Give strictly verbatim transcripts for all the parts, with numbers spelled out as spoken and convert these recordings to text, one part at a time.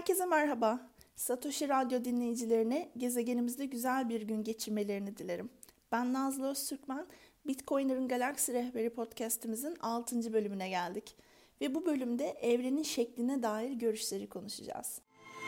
Herkese merhaba. Satoshi Radyo dinleyicilerine gezegenimizde güzel bir gün geçirmelerini dilerim. Ben Nazlı Öztürkmen, Bitcoiner'ın Galaksi Rehberi podcast'imizin altıncı bölümüne geldik. Ve bu bölümde evrenin şekline dair görüşleri konuşacağız.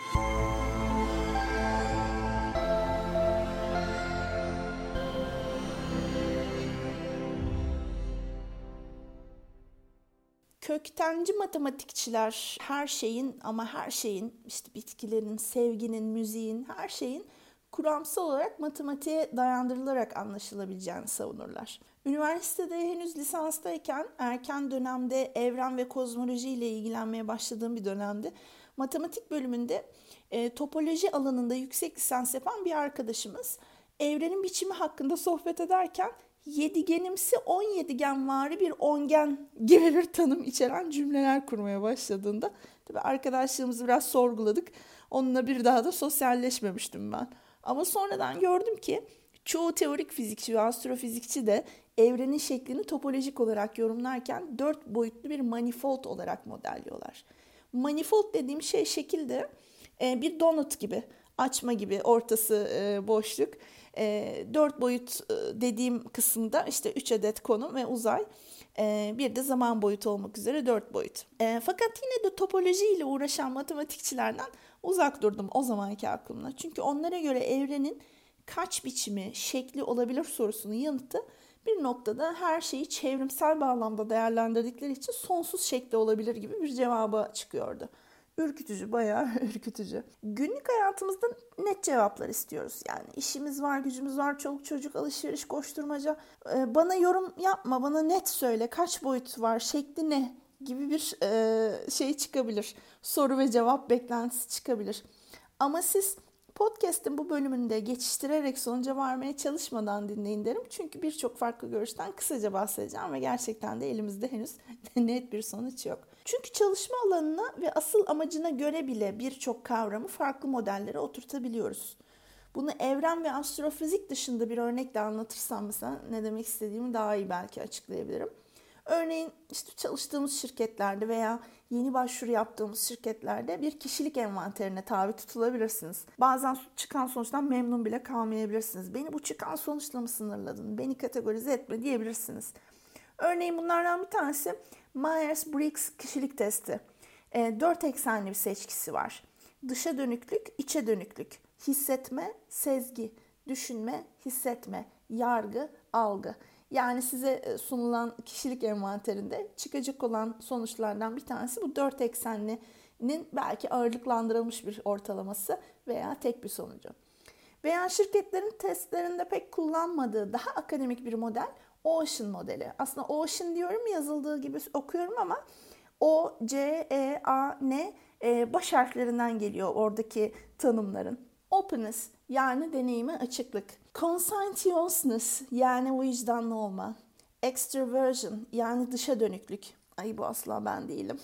Köktenci matematikçiler her şeyin ama her şeyin işte bitkilerin, sevginin, müziğin, her şeyin kuramsal olarak matematiğe dayandırılarak anlaşılabileceğini savunurlar. Üniversitede henüz lisanstayken erken dönemde evren ve kozmoloji ile ilgilenmeye başladığım bir dönemde matematik bölümünde e, topoloji alanında yüksek lisans yapan bir arkadaşımız evrenin biçimi hakkında sohbet ederken yedigenimsi on yedigenvari bir ongen gibi bir tanım içeren cümleler kurmaya başladığında tabii arkadaşlığımızı biraz sorguladık. Onunla bir daha da sosyalleşmemiştim ben. Ama sonradan gördüm ki çoğu teorik fizikçi ve astrofizikçi de evrenin şeklini topolojik olarak yorumlarken dört boyutlu bir manifold olarak modelliyorlar. Manifold dediğim şey şekilde bir donut gibi, açma gibi, ortası boşluk. E, dört boyut dediğim kısımda işte üç adet konum ve uzay, e, bir de zaman boyutu olmak üzere dört boyut. E, fakat yine de topoloji ile uğraşan matematikçilerden uzak durdum o zamanki aklımda. Çünkü onlara göre evrenin kaç biçimi, şekli olabilir sorusunun yanıtı bir noktada her şeyi çevrimsel bağlamda değerlendirdikleri için sonsuz şekli olabilir gibi bir cevaba çıkıyordu. Ürkütücü, bayağı ürkütücü. Günlük hayatımızda net cevaplar istiyoruz. Yani işimiz var, gücümüz var, çoluk çocuk, alışveriş, koşturmaca. Ee, bana yorum yapma, bana net söyle kaç boyut var, şekli ne gibi bir e, şey çıkabilir. Soru ve cevap beklentisi çıkabilir. Ama siz podcast'in bu bölümünde geçiştirerek sonuca varmaya çalışmadan dinleyin derim. Çünkü birçok farklı görüşten kısaca bahsedeceğim ve gerçekten de elimizde henüz net bir sonuç yok. Çünkü çalışma alanına ve asıl amacına göre bile birçok kavramı farklı modellere oturtabiliyoruz. Bunu evren ve astrofizik dışında bir örnekle anlatırsam mesela ne demek istediğimi daha iyi belki açıklayabilirim. Örneğin işte çalıştığımız şirketlerde veya yeni başvuru yaptığımız şirketlerde bir kişilik envanterine tabi tutulabilirsiniz. Bazen çıkan sonuçtan memnun bile kalmayabilirsiniz. Beni bu çıkan sonuçla mı sınırladın? Beni kategorize etme diyebilirsiniz. Örneğin bunlardan bir tanesi Myers-Briggs kişilik testi. E, dört eksenli bir seçkisi var. Dışa dönüklük, içe dönüklük, hissetme, sezgi, düşünme, hissetme, yargı, algı. Yani size sunulan kişilik envanterinde çıkacak olan sonuçlardan bir tanesi bu dört eksenlinin belki ağırlıklandırılmış bir ortalaması veya tek bir sonucu. Veya şirketlerin testlerinde pek kullanmadığı daha akademik bir model Ocean modeli. Aslında Ocean diyorum yazıldığı gibi okuyorum ama O, C, E, A, N baş harflerinden geliyor oradaki tanımların. Openness yani deneyime açıklık. Conscientiousness yani vicdanlı olma. Extroversion yani dışa dönüklük. Ay bu asla ben değilim.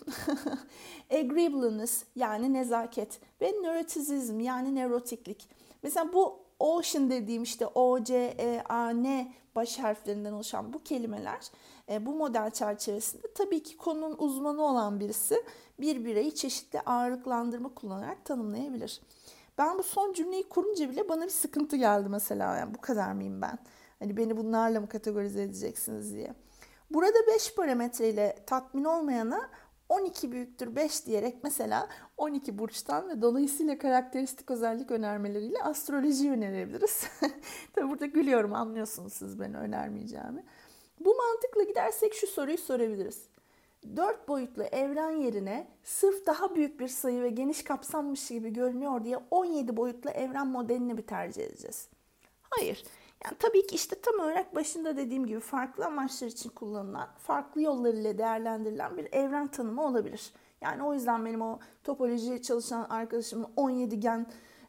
Agreeableness yani nezaket. Ve neuroticism yani nevrotiklik. Mesela bu Ocean dediğim işte O, C, E, A, N baş harflerinden oluşan bu kelimeler bu model çerçevesinde tabii ki konunun uzmanı olan birisi bir bireyi çeşitli ağırlıklandırma kullanarak tanımlayabilir. Ben bu son cümleyi kurunca bile bana bir sıkıntı geldi mesela. Yani bu kadar mıyım ben? Hani beni bunlarla mı kategorize edeceksiniz diye. Burada beş parametreyle tatmin olmayana on iki büyüktür beş diyerek mesela on iki burçtan ve dolayısıyla karakteristik özellik önermeleriyle astroloji önerebiliriz. Tabii burada gülüyorum, anlıyorsunuz siz beni önermeyeceğimi. Bu mantıkla gidersek şu soruyu sorabiliriz. Dört boyutlu evren yerine sırf daha büyük bir sayı ve geniş kapsammış gibi görünüyor diye on yedi boyutlu evren modelini mi tercih edeceğiz? Hayır. Yani tabii ki işte tam olarak başında dediğim gibi farklı amaçlar için kullanılan, farklı yollarıyla değerlendirilen bir evren tanımı olabilir. Yani o yüzden benim o topoloji çalışan arkadaşımın on yedi gen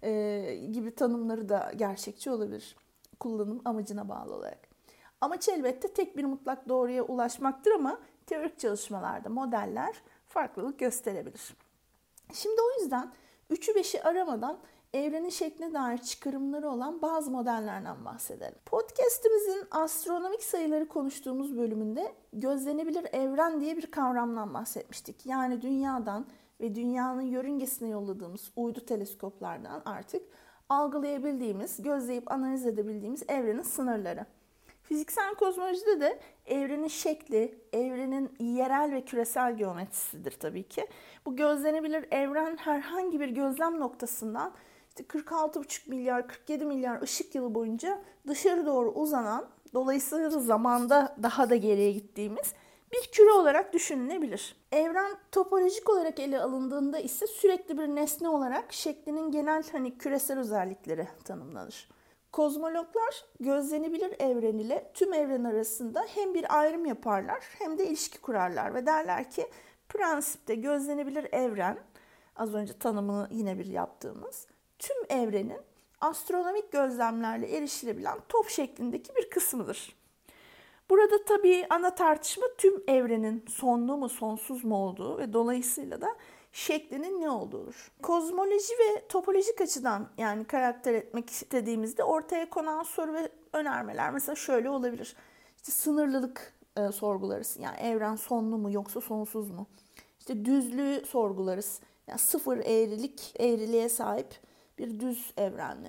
e, gibi tanımları da gerçekçi olabilir. Kullanım amacına bağlı olarak. Amaç elbette tek bir mutlak doğruya ulaşmaktır ama teorik çalışmalarda modeller farklılık gösterebilir. Şimdi o yüzden üçü beşi aramadan evrenin şekline dair çıkarımları olan bazı modellerden bahsedelim. Podcast'imizin astronomik sayıları konuştuğumuz bölümünde gözlenebilir evren diye bir kavramdan bahsetmiştik. Yani dünyadan ve dünyanın yörüngesine yolladığımız uydu teleskoplardan artık algılayabildiğimiz, gözleyip analiz edebildiğimiz evrenin sınırları. Fiziksel kozmolojide de evrenin şekli, evrenin yerel ve küresel geometrisidir tabii ki. Bu gözlenebilir evren herhangi bir gözlem noktasından işte kırk altı buçuk milyar, kırk yedi milyar ışık yılı boyunca dışarı doğru uzanan, dolayısıyla zamanda daha da geriye gittiğimiz bir küre olarak düşünülebilir. Evren topolojik olarak ele alındığında ise sürekli bir nesne olarak şeklinin genel hani küresel özellikleri tanımlanır. Kozmologlar gözlenebilir evren ile tüm evren arasında hem bir ayrım yaparlar hem de ilişki kurarlar ve derler ki prensipte gözlenebilir evren, az önce tanımını yine bir yaptığımız, tüm evrenin astronomik gözlemlerle erişilebilen top şeklindeki bir kısmıdır. Burada tabii ana tartışma tüm evrenin sonlu mu sonsuz mu olduğu ve dolayısıyla da şeklinin ne olduğudur. Kozmoloji ve topolojik açıdan yani karakter etmek istediğimizde ortaya konan soru ve önermeler mesela şöyle olabilir. İşte sınırlılık e, sorgularız. Yani evren sonlu mu yoksa sonsuz mu? İşte düzlüğü sorgularız. Yani sıfır eğrilik, eğriliğe sahip bir düz evrenli.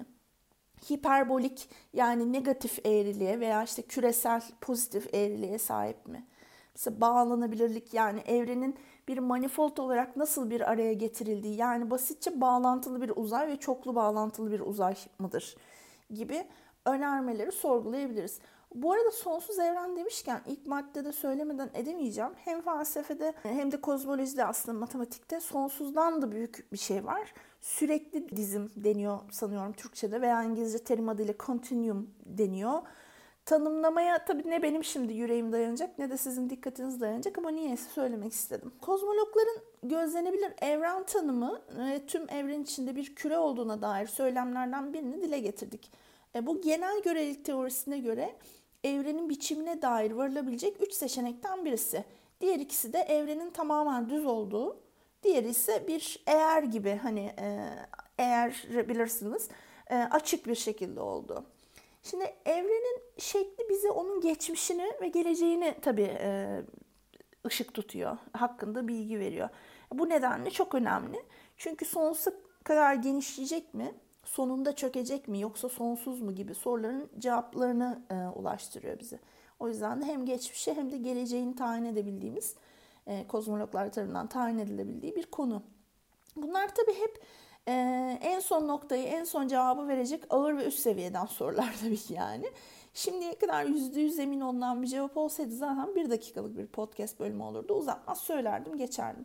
Hiperbolik yani negatif eğriliğe veya işte küresel pozitif eğriliğe sahip mi? Mesela bağlanabilirlik yani evrenin bir manifold olarak nasıl bir araya getirildiği yani basitçe bağlantılı bir uzay ve çoklu bağlantılı bir uzay mıdır gibi önermeleri sorgulayabiliriz. Bu arada sonsuz evren demişken ilk maddede söylemeden edemeyeceğim. Hem felsefede hem de kozmolojide aslında matematikte sonsuzdan da büyük bir şey var. Sürekli dizim deniyor sanıyorum Türkçe'de veya İngilizce terim adıyla continuum deniyor. Tanımlamaya tabii ne benim şimdi yüreğim dayanacak ne de sizin dikkatiniz dayanacak ama niyeyse söylemek istedim. Kozmologların gözlenebilir evren tanımı ve tüm evren içinde bir küre olduğuna dair söylemlerden birini dile getirdik. E, bu genel görelilik teorisine göre evrenin biçimine dair varılabilecek üç seçenekten birisi. Diğer ikisi de evrenin tamamen düz olduğu, diğeri ise bir eğer gibi hani e, eğer bilirsiniz e, açık bir şekilde olduğu. Şimdi evrenin şekli bize onun geçmişini ve geleceğini tabii e, ışık tutuyor, hakkında bilgi veriyor. Bu nedenle çok önemli. Çünkü sonsuza kadar genişleyecek mi, sonunda çökecek mi yoksa sonsuz mu gibi soruların cevaplarını e, ulaştırıyor bize. O yüzden de hem geçmişi hem de geleceğini tayin edebildiğimiz, e, kozmologlar tarafından tayin edilebildiği bir konu. Bunlar tabii hep e, en son noktayı, en son cevabı verecek ağır ve üst seviyeden sorular tabii ki yani. Şimdiye kadar yüzde yüz emin olunan bir cevap olsaydı zaten bir dakikalık bir podcast bölümü olurdu. Uzatmaz söylerdim, geçerdim.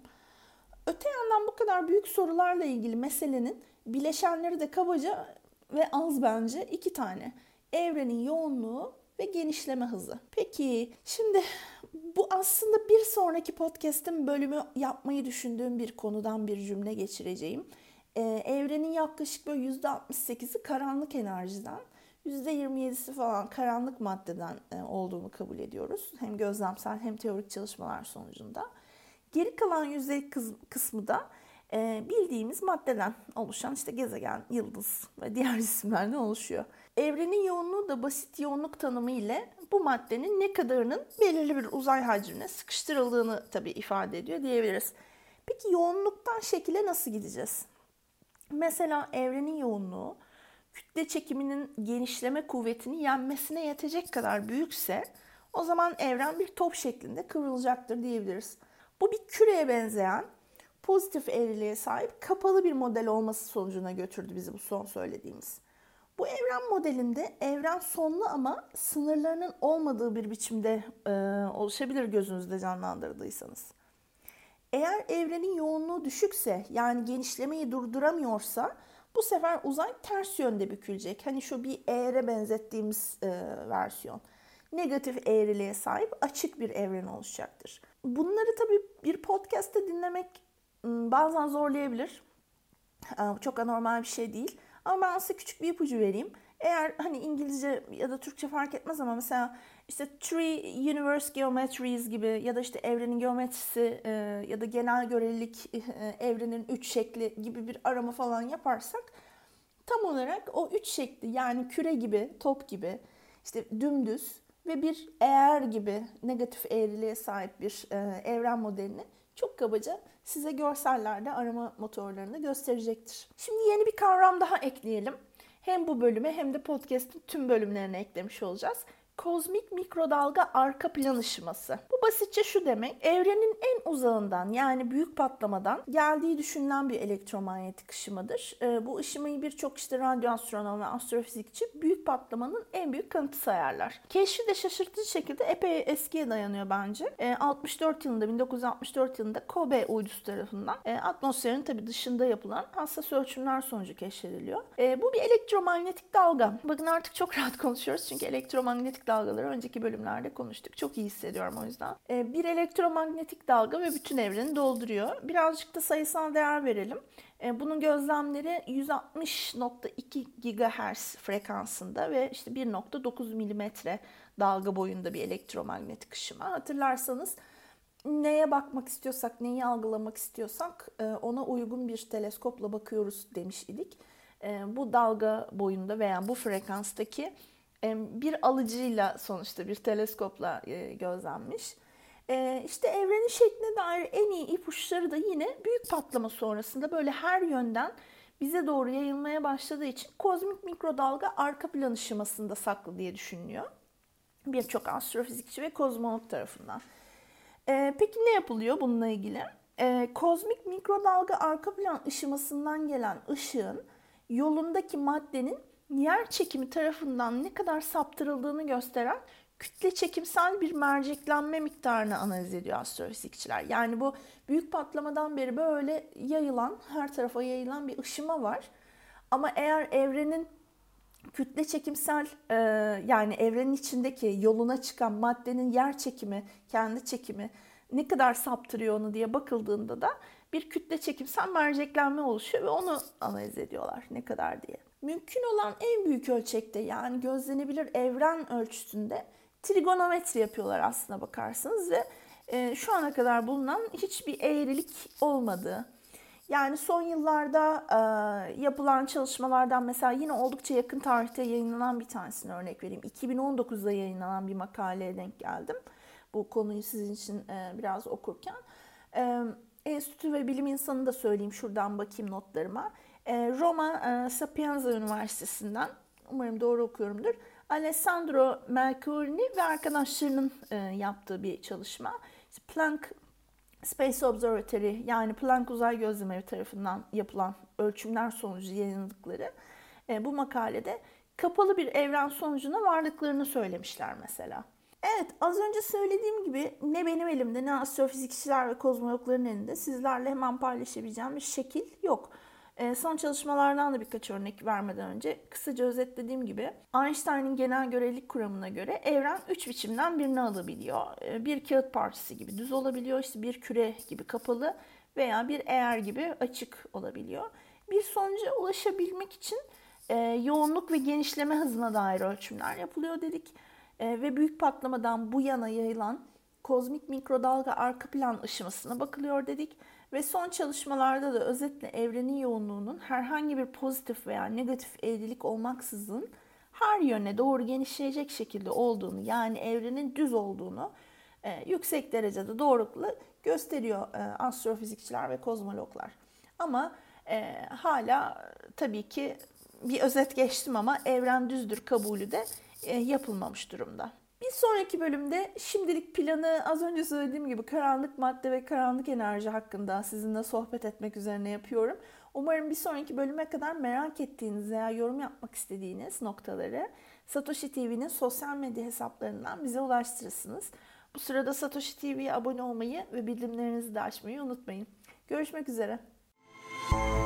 Öte yandan bu kadar büyük sorularla ilgili meselenin bileşenleri de kabaca ve az bence iki tane. Evrenin yoğunluğu ve genişleme hızı. Peki şimdi bu aslında bir sonraki podcast'ın bölümü yapmayı düşündüğüm bir konudan bir cümle geçireceğim. Ee, evrenin yaklaşık böyle yüzde altmış sekizi karanlık enerjiden, yüzde yirmi yedisi falan karanlık maddeden e, olduğunu kabul ediyoruz. Hem gözlemsel hem teorik çalışmalar sonucunda. Geri kalan yüzdelik kısmı da e, bildiğimiz maddeden oluşan işte gezegen, yıldız ve diğer cisimlerden oluşuyor. Evrenin yoğunluğu da basit yoğunluk tanımı ile bu maddenin ne kadarının belirli bir uzay hacmine sıkıştırıldığını tabii ifade ediyor diyebiliriz. Peki yoğunluktan şekile nasıl gideceğiz? Mesela evrenin yoğunluğu kütle çekiminin genişleme kuvvetini yenmesine yetecek kadar büyükse o zaman evren bir top şeklinde kıvrılacaktır diyebiliriz. Bu bir küreye benzeyen pozitif eğriliğe sahip kapalı bir model olması sonucuna götürdü bizi bu son söylediğimiz. Bu evren modelinde evren sonlu ama sınırlarının olmadığı bir biçimde e, oluşabilir gözünüzde canlandırdıysanız. Eğer evrenin yoğunluğu düşükse yani genişlemeyi durduramıyorsa bu sefer uzay ters yönde bükülecek. Hani şu bir eğre benzettiğimiz e, versiyon. Negatif eğriliğe sahip açık bir evren oluşacaktır. Bunları tabii bir podcast'te dinlemek bazen zorlayabilir. Çok anormal bir şey değil. Ama ben size küçük bir ipucu vereyim. Eğer hani İngilizce ya da Türkçe fark etmez ama mesela işte Three Universe Geometries gibi ya da işte evrenin geometrisi e, ya da genel görelilik e, evrenin üç şekli gibi bir arama falan yaparsak tam olarak o üç şekli yani küre gibi, top gibi, işte dümdüz ve bir eğer gibi negatif eğriliğe sahip bir e, evren modelini Çok kabaca size görsellerde arama motorlarını gösterecektir. Şimdi yeni bir kavram daha ekleyelim. Hem bu bölüme hem de podcast'in tüm bölümlerine eklemiş olacağız. Kozmik mikrodalga arka plan ışıması. Bu basitçe şu demek, evrenin en uzağından yani büyük patlamadan geldiği düşünülen bir elektromanyetik ışımadır. E, bu ışımayı birçok işte radyo astronom ve astrofizikçi büyük patlamanın en büyük kanıtı sayarlar. Keşfi de şaşırtıcı şekilde epey eskiye dayanıyor bence. E, altmış dört yılında, bin dokuz yüz altmış dört yılında Kobe uydusu tarafından e, atmosferin tabii dışında yapılan hassas ölçümler sonucu keşfediliyor. E, bu bir elektromanyetik dalga. Bakın artık çok rahat konuşuyoruz çünkü elektromanyetik dalgaları önceki bölümlerde konuştuk. Çok iyi hissediyorum o yüzden. Ee, bir elektromanyetik dalga ve bütün evreni dolduruyor. Birazcık da sayısal değer verelim. Ee, bunun gözlemleri yüz altmış nokta iki gigahertz frekansında ve işte bir nokta dokuz milimetre dalga boyunda bir elektromanyetik ışıma. Hatırlarsanız neye bakmak istiyorsak, neyi algılamak istiyorsak ona uygun bir teleskopla bakıyoruz demiş idik. Bu dalga boyunda veya bu frekanstaki bir alıcıyla sonuçta bir teleskopla gözlenmiş. İşte evrenin şekline dair en iyi ipuçları da yine büyük patlama sonrasında böyle her yönden bize doğru yayılmaya başladığı için kozmik mikrodalga arka plan ışımasında saklı diye düşünülüyor. Birçok astrofizikçi ve kozmolog tarafından. Peki ne yapılıyor bununla ilgili? Kozmik mikrodalga arka plan ışımasından gelen ışığın yolundaki maddenin yer çekimi tarafından ne kadar saptırıldığını gösteren kütle çekimsel bir merceklenme miktarını analiz ediyor astrofizikçiler. Yani bu büyük patlamadan beri böyle yayılan, her tarafa yayılan bir ışıma var. Ama eğer evrenin kütle çekimsel e, yani evrenin içindeki yoluna çıkan maddenin yer çekimi, kendi çekimi ne kadar saptırıyor onu diye bakıldığında da bir kütle çekimsel merceklenme oluşuyor ve onu analiz ediyorlar ne kadar diye. Mümkün olan en büyük ölçekte yani gözlenebilir evren ölçüsünde trigonometri yapıyorlar aslına bakarsanız ve e, şu ana kadar bulunan hiçbir eğrilik olmadığı. Yani son yıllarda e, yapılan çalışmalardan mesela yine oldukça yakın tarihte yayınlanan bir tanesini örnek vereyim. iki bin on dokuzda yayınlanan bir makaleye denk geldim. Bu konuyu sizin için e, biraz okurken. E, Enstitü ve bilim insanı da söyleyeyim şuradan bakayım notlarıma. E, Roma e, Sapienza Üniversitesi'nden, umarım doğru okuyorumdur, Alessandro Mercurini ve arkadaşlarının e, yaptığı bir çalışma. İşte Planck Space Observatory yani Planck Uzay Gözlemevi tarafından yapılan ölçümler sonucu yayınladıkları e, bu makalede kapalı bir evren sonucuna vardıklarını söylemişler mesela. Evet, az önce söylediğim gibi ne benim elimde ne astrofizikçiler ve kozmologların elinde sizlerle hemen paylaşabileceğim bir şekil yok. E, son çalışmalardan da birkaç örnek vermeden önce kısaca özetlediğim gibi Einstein'ın genel görelilik kuramına göre evren üç biçimden birini alabiliyor. E, bir kağıt parçası gibi düz olabiliyor, işte bir küre gibi kapalı veya bir eğer gibi açık olabiliyor. Bir sonuca ulaşabilmek için e, yoğunluk ve genişleme hızına dair ölçümler yapılıyor dedik. E, ve büyük patlamadan bu yana yayılan kozmik mikrodalga arka plan ışımasına bakılıyor dedik. Ve son çalışmalarda da özetle evrenin yoğunluğunun herhangi bir pozitif veya negatif eğrilik olmaksızın her yöne doğru genişleyecek şekilde olduğunu, yani evrenin düz olduğunu e, yüksek derecede doğrulukla gösteriyor e, astrofizikçiler ve kozmologlar. Ama e, hala tabii ki bir özet geçtim ama evren düzdür kabulü de e, yapılmamış durumda. Bir sonraki bölümde şimdilik planı az önce söylediğim gibi karanlık madde ve karanlık enerji hakkında sizinle sohbet etmek üzerine yapıyorum. Umarım bir sonraki bölüme kadar merak ettiğiniz veya yorum yapmak istediğiniz noktaları Satoshi T V'nin sosyal medya hesaplarından bize ulaştırırsınız. Bu sırada Satoshi T V'ye abone olmayı ve bildirimlerinizi de açmayı unutmayın. Görüşmek üzere.